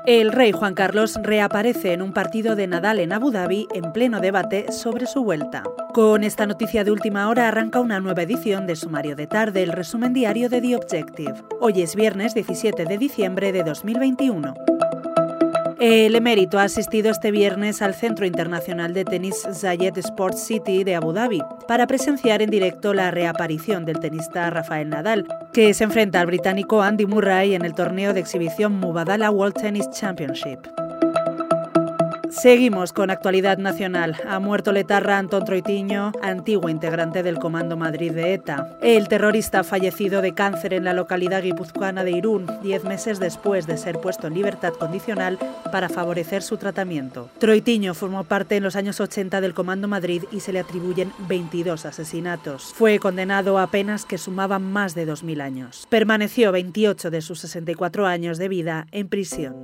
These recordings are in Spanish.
El rey Juan Carlos reaparece en un partido de Nadal en Abu Dhabi en pleno debate sobre su vuelta. Con esta noticia de última hora arranca una nueva edición de Sumario de Tarde, el resumen diario de The Objective. Hoy es viernes 17 de diciembre de 2021. El emérito ha asistido este viernes al Centro Internacional de Tenis Zayed Sports City de Abu Dhabi para presenciar en directo la reaparición del tenista Rafael Nadal, que se enfrenta al británico Andy Murray en el torneo de exhibición Mubadala World Tennis Championship. Seguimos con actualidad nacional. Ha muerto l'etarra Antón Troitiño, antiguo integrante del Comando Madrid de ETA. El terrorista ha fallecido de cáncer en la localidad guipuzcoana de Irún, 10 meses después de ser puesto en libertad condicional para favorecer su tratamiento. Troitiño formó parte en los años 80 del Comando Madrid y se le atribuyen 22 asesinatos. Fue condenado a penas que sumaban más de 2000 años. Permaneció 28 de sus 64 años de vida en prisión.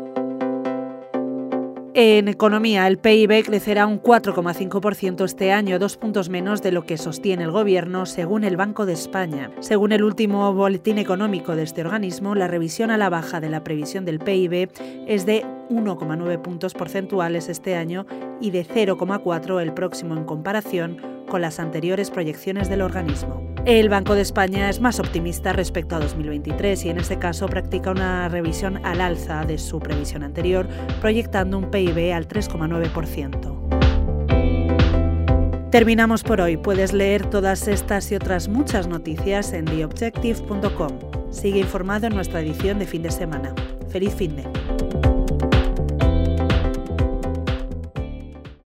En economía, el PIB crecerá un 4,5% este año, 2 puntos menos de lo que sostiene el Gobierno, según el Banco de España. Según el último boletín económico de este organismo, la revisión a la baja de la previsión del PIB es de 1,9 puntos porcentuales este año y de 0,4 el próximo en comparación con las anteriores proyecciones del organismo. El Banco de España es más optimista respecto a 2023 y en este caso practica una revisión al alza de su previsión anterior, proyectando un PIB al 3,9%. Terminamos por hoy. Puedes leer todas estas y otras muchas noticias en theobjective.com. Sigue informado en nuestra edición de fin de semana. ¡Feliz finde!